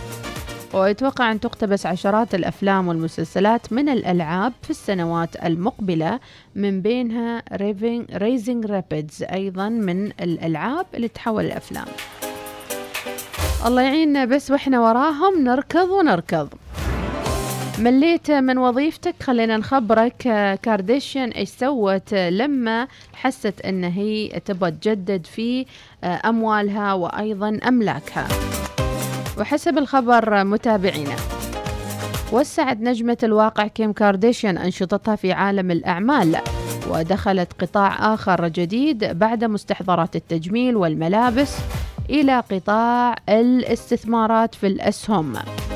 G: ويتوقع أن تقتبس عشرات الأفلام والمسلسلات من الألعاب في السنوات المقبلة، من بينها ريزنج رابيدز أيضا من الألعاب اللي تحول الأفلام. الله يعيننا، بس وإحنا وراهم نركض ونركض. مليت من وظيفتك؟ خلينا نخبرك كارديشيان ايش سوت لما حست ان هي تبغى تجدد في اموالها وايضا املاكها. وحسب الخبر متابعينا، وسعت نجمة الواقع كيم كارديشيان أنشطتها في عالم الأعمال، ودخلت قطاع آخر جديد بعد مستحضرات التجميل والملابس إلى قطاع الاستثمارات في الأسهم.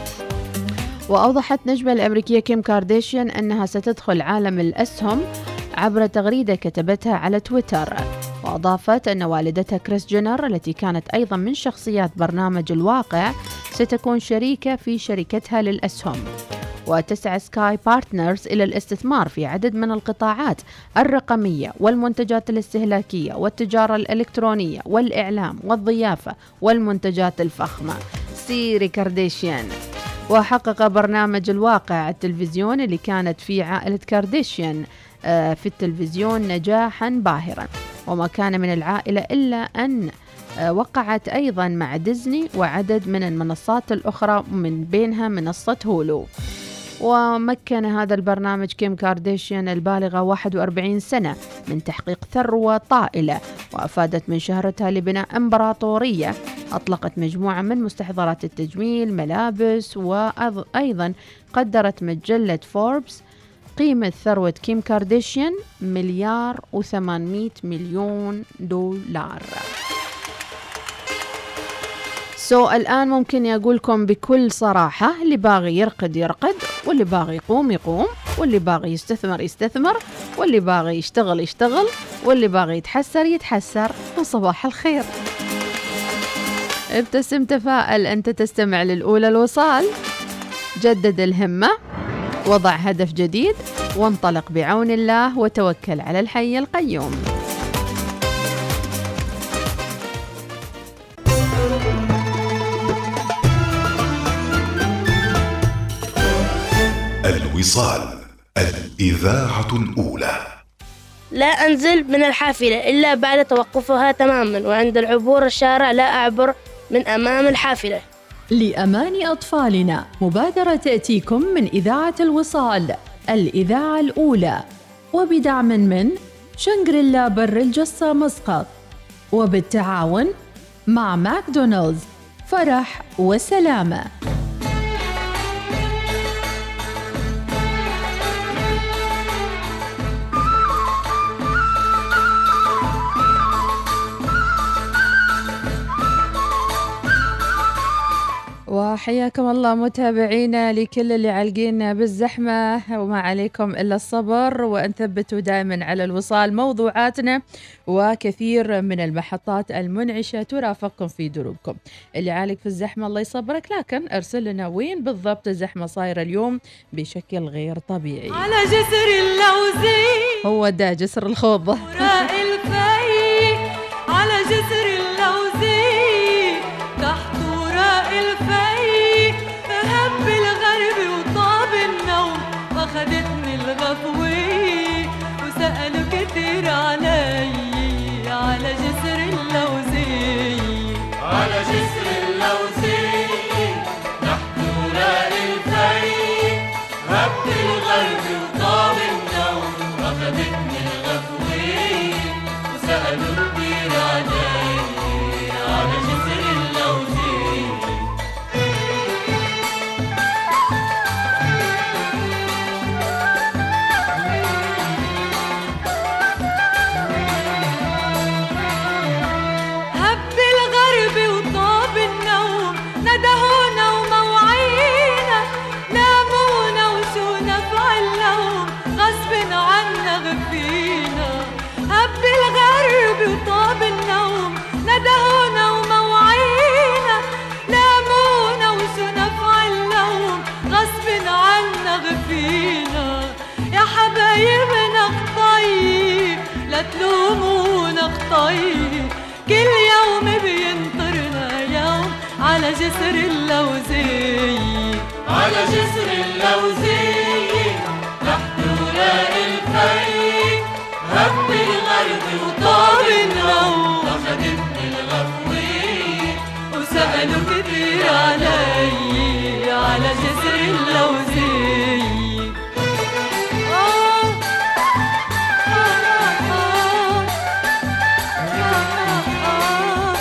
G: وأوضحت نجمة الأمريكية كيم كارديشيان أنها ستدخل عالم الأسهم عبر تغريدة كتبتها على تويتر. وأضافت أن والدتها كريس جينر، التي كانت أيضا من شخصيات برنامج الواقع، ستكون شريكة في شركتها للأسهم. وتسعى سكاي بارتنرز إلى الاستثمار في عدد من القطاعات الرقمية والمنتجات الاستهلاكية والتجارة الإلكترونية والإعلام والضيافة والمنتجات الفخمة. سيري كارديشيان. وحقق برنامج الواقع التلفزيوني اللي كانت فيه عائلة كارديشيان في التلفزيون نجاحا باهرا، وما كان من العائلة إلا أن وقعت أيضا مع ديزني وعدد من المنصات الأخرى، من بينها منصة هولو. ومكن هذا البرنامج كيم كارديشيان البالغة واحد وأربعين سنة من تحقيق ثروة طائلة، وأفادت من شهرتها لبناء إمبراطورية. أطلقت مجموعة من مستحضرات التجميل، ملابس، وأيضا قدرت مجلة فوربس قيمة ثروة كيم كارديشيان مليار وثمانمائة مليون دولار. سو so, الآن ممكن أقولكم بكل صراحة، اللي باغي يرقد يرقد، واللي باغي يقوم يقوم، واللي باغي يستثمر يستثمر، واللي باغي يشتغل يشتغل، واللي باغي يتحسر يتحسر. وصباح الخير. ابتسم تفائل، أنت تستمع للأولى الوصال. جدد الهمة، وضع هدف جديد، وانطلق بعون الله، وتوكل على الحي القيوم.
A: الوصال، الإذاعة الأولى.
J: لا أنزل من الحافلة إلا بعد توقفها تماما، وعند العبور الشارع لا أعبر من أمام الحافلة.
C: لأمان أطفالنا، مبادرة تأتيكم من إذاعة الوصال، الإذاعة الأولى، وبدعم من شنغريلا بر الجصة مسقط، وبالتعاون مع ماكدونالدز. فرح وسلامة.
G: وحياكم الله متابعينا، لكل اللي عالقين بالزحمة وما عليكم إلا الصبر، وأن ثبتوا دائما على الوصال موضوعاتنا وكثير من المحطات المنعشة ترافقكم في دروبكم. اللي عالق في الزحمة الله يصبرك، لكن أرسل لنا وين بالضبط الزحمة صايرة اليوم بشكل غير طبيعي.
H: على جسر اللوزي
G: هو ده جسر الخوض.
H: وراء الفي على جسر اللوزي تحت وراء الفي هب الغرب وطاب النوم واخدتني الغفوي وسألوا كتير علي على جسر اللوزي
F: على جسر اللوزي تحت وراء الفي هب الغرب وطاب النوم واخدتني الغفوي وسألوا كتير علي على جسر اللوزي.
H: هب الغرب وطاب النوم ندهونا وموعينا نامونا وشو نفعل لهم غصب عنا غفينا. هب الغرب وطاب النوم ندهونا وموعينا نامونا وشو نفعل لهم غصب عنا غفينا. يا حبايبنا خطايب لا تلومونا خطايب كل يوم بينطرنا يوم على جسر اللوزي
F: على جسر اللوزي تحت وراء الفي هب الغرب وطاب النوم واخدتني الغفوي
H: وسألوا كتير علي على جسر اللوزي. آه آه آه آه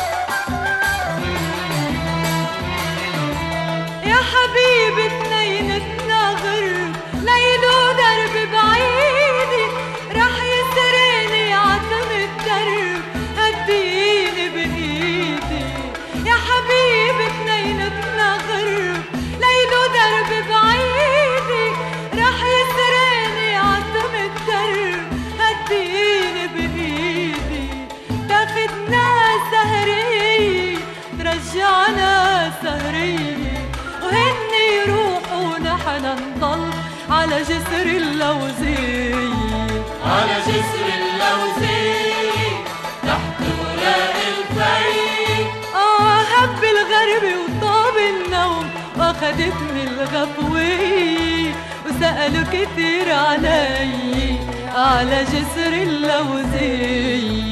H: يا حبيبي اتنينتنا غرب ليل ودرب بعيدي رح يسرقني عتم الدرب هديني بإيدي. يا حبيبي اتنينتنا غرب ليل ودرب بعيدي رح يسرقني عتم الدرب هديني بإيدي. تاخدنا سهرية ترجعنا سهرية وهني يروحوا ونحن نضل على جسر اللوزي
F: على جسر اللوزي تحت وراء الفي.
H: آه هب الغرب وطاب النوم واخدتني الغفوي وسألوا كتير علي على جسر اللوزي.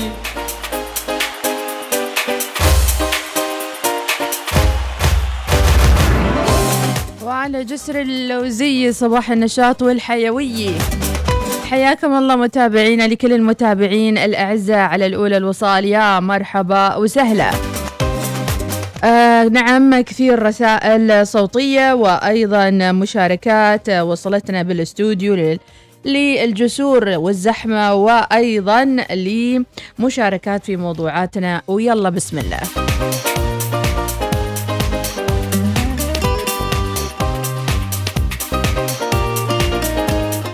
G: وعلى جسر اللوزي صباح النشاط والحيوية. حياكم الله متابعينا، لكل المتابعين الأعزاء على الأولى الوصال يا مرحبا وسهلا. آه نعم، كثير رسائل صوتية وأيضا مشاركات وصلتنا بالاستوديو لل للجسور والزحمة وأيضا لمشاركات في موضوعاتنا. ويلا بسم الله.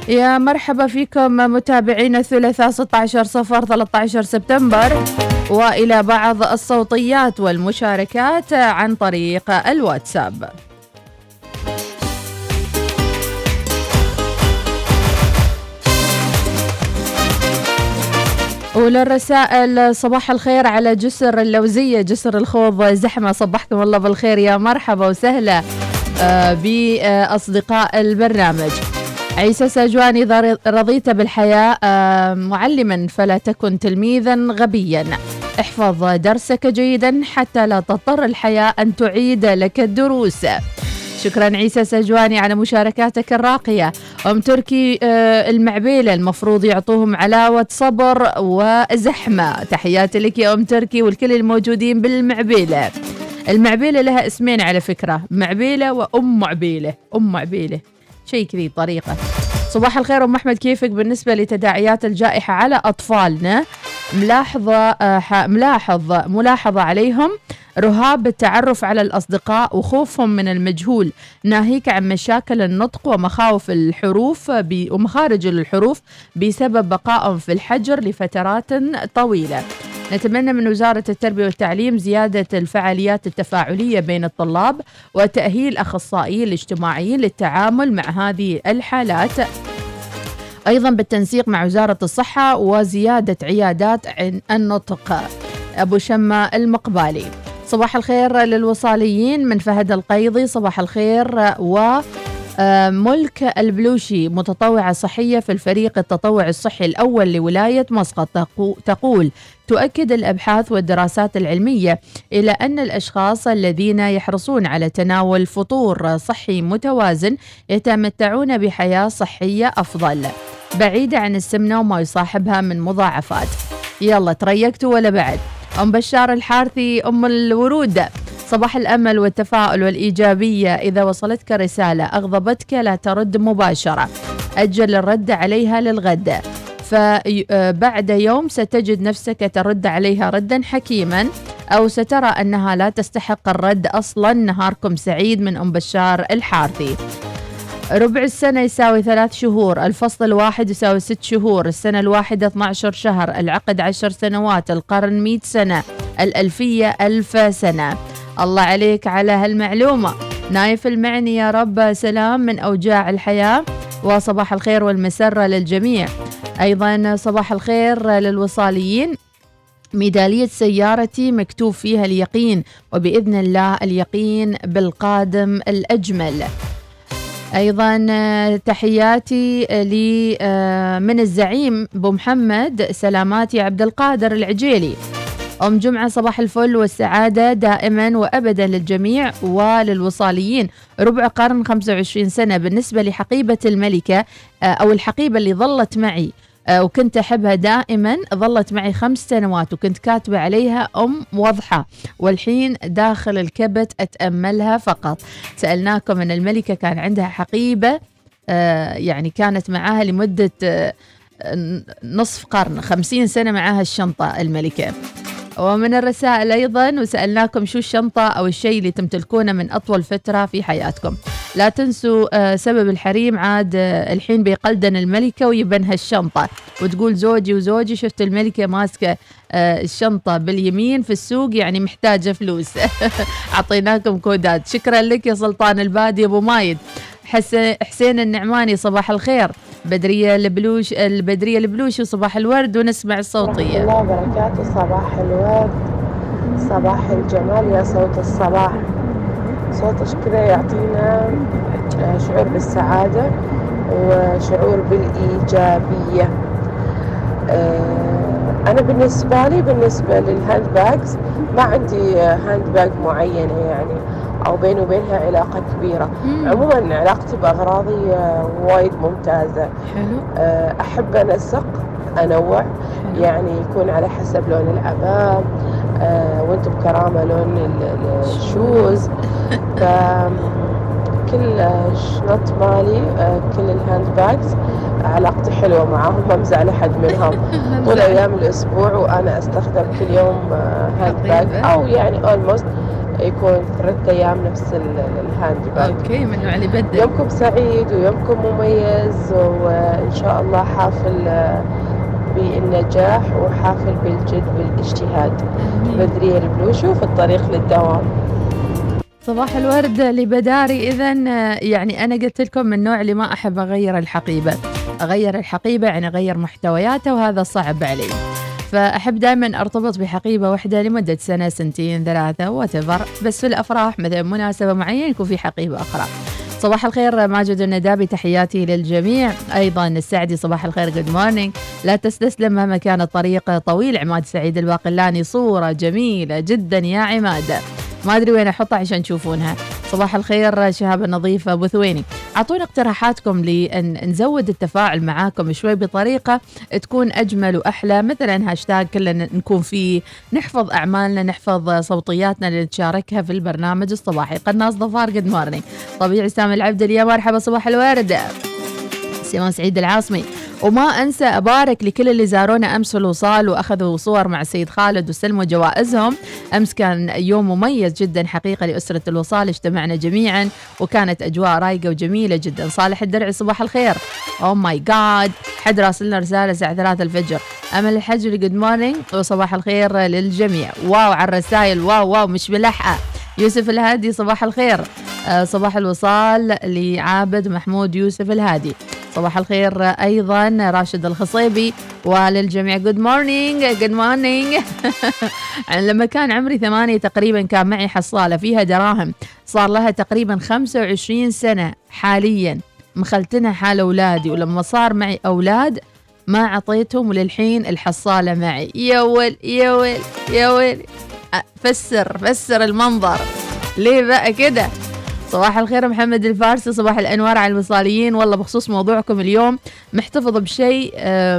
G: يا مرحبا فيكم متابعين الثلاثاء ستة عشر صفر ثلاثة عشر سبتمبر، وإلى بعض الصوتيات والمشاركات عن طريق الواتساب. وللرسائل صباح الخير على جسر اللوزية جسر الخوض زحمة، صبحكم الله بالخير، يا مرحبا وسهلا بأصدقاء البرنامج. عيسى سجواني رضيت بالحياة معلما فلا تكن تلميذا غبيا، احفظ درسك جيدا حتى لا تضطر الحياة أن تعيد لك الدروس. شكرا عيسى سجواني على مشاركاتك الراقية. أم تركي المعبيلة المفروض يعطوهم علاوة صبر وزحمة، تحياتي لك يا أم تركي والكل الموجودين بالمعبيلة. المعبيلة لها اسمين على فكرة، معبيلة وأم معبيلة، أم معبيلة شيء كذي طريقة. صباح الخير أم أحمد، كيفك بالنسبة لتداعيات الجائحة على أطفالنا؟ ملاحظة ملاحظ ملاحظة عليهم رهاب بالتعرف على الأصدقاء وخوفهم من المجهول، ناهيك عن مشاكل النطق ومخاوف الحروف ومخارج الحروف بسبب بقائهم في الحجر لفترات طويلة. نتمنى من وزارة التربية والتعليم زيادة الفعاليات التفاعلية بين الطلاب وتأهيل أخصائيين الاجتماعيين للتعامل مع هذه الحالات، أيضا بالتنسيق مع وزارة الصحة وزيادة عيادات النطق. أبو شمة المقبالي، صباح الخير للوصاليين من فهد القيضي، صباح الخير. و ملك البلوشي متطوعة صحية في الفريق التطوع الصحي الأول لولاية مسقط، تقول تؤكد الأبحاث والدراسات العلمية إلى أن الأشخاص الذين يحرصون على تناول فطور صحي متوازن يتمتعون بحياة صحية أفضل بعيدة عن السمنة وما يصاحبها من مضاعفات. يلا تريقتوا ولا بعد؟ أم بشار الحارثي أم الورود، صباح الأمل والتفاؤل والإيجابية. إذا وصلتك رسالة أغضبتك لا ترد مباشرة، أجل الرد عليها للغد، فبعد يوم ستجد نفسك ترد عليها ردا حكيما، أو سترى أنها لا تستحق الرد أصلا. نهاركم سعيد من أم بشار الحارثي. ربع السنة يساوي ثلاث شهور، الفصل الواحد يساوي ست شهور، السنة الواحدة اثنا عشر شهر، العقد عشر سنوات، القرن مئة سنة، الألفية ألف سنة. الله عليك على هالمعلومة. نايف المعني يا رب سلام من أوجاع الحياة، وصباح الخير والمسرة للجميع. أيضا صباح الخير للوصاليين. ميدالية سيارتي مكتوب فيها اليقين، وبإذن الله اليقين بالقادم الأجمل. أيضا تحياتي لي من الزعيم أبو محمد، سلاماتي عبد القادر العجيلي. أم جمعة صباح الفل والسعادة دائما وأبدا للجميع وللوصاليين. ربع قرن خمسة وعشرين سنة بالنسبة لحقيبة الملكة أو الحقيبة اللي ظلت معي وكنت أحبها دائما، ظلت معي خمس سنوات وكنت كاتبة عليها أم وضحة، والحين داخل الكبت أتأملها فقط. سألناكم أن الملكة كان عندها حقيبة يعني كانت معاها لمدة نصف قرن، خمسين سنة معاها الشنطة الملكة. ومن الرسائل أيضا وسألناكم شو الشنطة أو الشيء اللي تمتلكونه من أطول فترة في حياتكم. لا تنسوا سبب الحريم عاد الحين بيقلدن الملكة ويبنها الشنطة، وتقول زوجي وزوجي شفت الملكة ماسكة الشنطة باليمين في السوق يعني محتاجة فلوس. أعطيناكم كودات. شكرا لك يا سلطان البادي أبو مايد. حسين النعماني صباح الخير. بدرية البلوش البدرية البلوش وصباح الورد، ونسمع الصوتية.
K: الله وبركاته. صباح الورد، صباح الجمال يا صوت الصباح. صوتك كذا يعطينا شعور بالسعادة وشعور بالإيجابية. أنا بالنسبة لي بالنسبة للهاند باجز ما عندي هاند باج معينة يعني أو بيني وبينها علاقة كبيرة. مم. عموما علاقتي بأغراضي وايد ممتازة. حلو. أحب أنسق أنوع. حلو. يعني يكون على حسب لون العباءة وانتم بكرامة لون الشوز. كل شنط مالي كل الهاند باجز علاقتي حلوة معاهم، ما مزعل أحد منهم. طول أيام الأسبوع وأنا أستخدم كل يوم هاند باج أو يعني almost يكون ثلاثة أيام نفس الهاند باج.
G: أوكي، من النوع اللي بدل.
K: يومكم سعيد ويومكم مميز، وإن شاء الله حافل بالنجاح وحافل بالجد والاجتهاد. بدرية البلوشو في الطريق للدوام.
G: صباح الورد لبداري. إذن يعني أنا قلت لكم من النوع اللي ما أحب أغير الحقيبة، أغير الحقيبة يعني أغير محتوياتها، وهذا صعب علي. فأحب دائما أرتبط بحقيبة واحدة لمدة سنة سنتين ثلاثة واتفر، بس في الأفراح مثلا مناسبة معينة يكون في حقيبة أخرى. صباح الخير ماجد الندابي، تحياتي للجميع. أيضا السعدي صباح الخير، جود مورنينج. لا تستسلم مهما كان الطريق طويل. عماد سعيد الباقلاني، صورة جميلة جدا يا عماد، ما أدري وين أحطها عشان تشوفونها. صباح الخير شهاب النظيف أبو ثويني. أعطونا اقتراحاتكم لأن نزود التفاعل معاكم شوي بطريقة تكون أجمل وأحلى، مثلا هاشتاج كلنا نكون فيه، نحفظ أعمالنا، نحفظ صوتياتنا اللي نشاركها في البرنامج الصباحي. قناص ظفار، جود مورنينج. طبيعي سامي العبد، يا مرحبا، صباح الورد. سيمان سعيد العاصمي. وما أنسى أبارك لكل اللي زارونا أمس في الوصال وأخذوا صور مع السيد خالد وسلموا جوائزهم. أمس كان يوم مميز جدا حقيقة لأسرة الوصال، اجتمعنا جميعا وكانت أجواء رايقة وجميلة جدا. صالح الدرعي صباح الخير. أوه ماي جاد، حد راسلنا رسالة الساعة ثلاثة الفجر. أمل الحجري، جود مورنينج وصباح الخير للجميع. واو على الرسائل، واو واو مش ملحقة. يوسف الهادي صباح الخير. آه صباح الوصال لعابد محمود يوسف الهادي. صباح الخير أيضا راشد الخصيبي وللجميع، جود مورنينج جود مورنينج. لما كان عمري ثمانية تقريبا كان معي حصالة فيها دراهم، صار لها تقريبا خمسة وعشرين سنة حاليا، مخلتنها حال أولادي، ولما صار معي أولاد ما عطيتهم وللحين الحصالة معي. يا ويل يا ويل يا ويل. فسر فسر المنظر ليه بقى كده. صباح الخير محمد الفارسي، صباح الأنوار على الوصاليين. والله بخصوص موضوعكم اليوم، محتفظ بشيء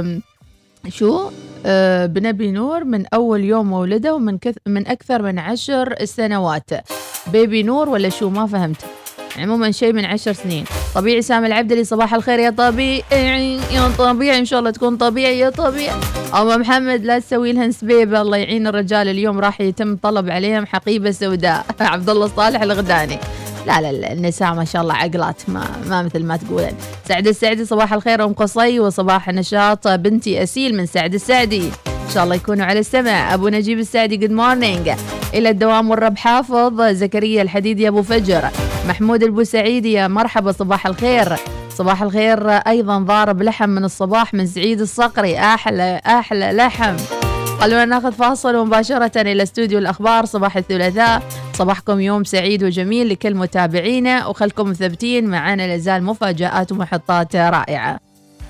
G: شو أه بنبي نور من أول يوم مولده ومن كث من أكثر من عشر سنوات. بيبي نور ولا شو؟ ما فهمت. عموما شيء من عشر سنين. طبيعي سامي العبدلي صباح الخير يا طبيعي يا طبيعي، إن شاء الله تكون طبيعي يا طبيعي. أما محمد لا تسوي لها سبيبة، الله يعين الرجال، اليوم راح يتم طلب عليهم حقيبة سوداء. عبد الله صالح الغداني. لا لا النساء ما شاء الله عقلات، ما ما مثل ما تقولن. سعد السعدي صباح الخير أم قصي، وصباح النشاط بنتي أسيل من سعد السعدي، إن شاء الله يكونوا على السمع. أبو نجيب السعدي جود مورنينج. إلى الدوام والرب حافظ. زكريا الحديد يا أبو فجر. محمود البوسعيدي يا مرحبا صباح الخير. صباح الخير أيضا ضارب لحم من الصباح من سعيد الصقري، أحلى أحلى لحم. خلونا ناخذ فاصل ومباشرة إلى استوديو الأخبار صباح الثلاثاء. صباحكم يوم سعيد وجميل لكل متابعينا، وخلكم مثبتين معنا لازال مفاجآت ومحطات رائعة.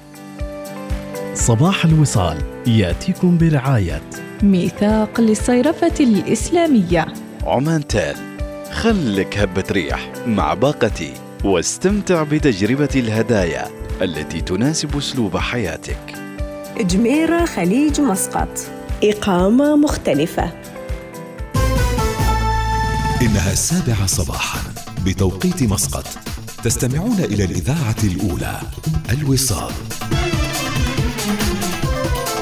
B: صباح الوصال ياتيكم برعاية
C: ميثاق للصيرفة الإسلامية،
D: عمان تال، خلك هبة ريح مع باقتي واستمتع بتجربة الهدايا التي تناسب أسلوب حياتك.
E: جميرة خليج مسقط، إقامة مختلفة.
A: إنها السابعة صباحا بتوقيت مسقط. تستمعون إلى الإذاعة الأولى، الوصال.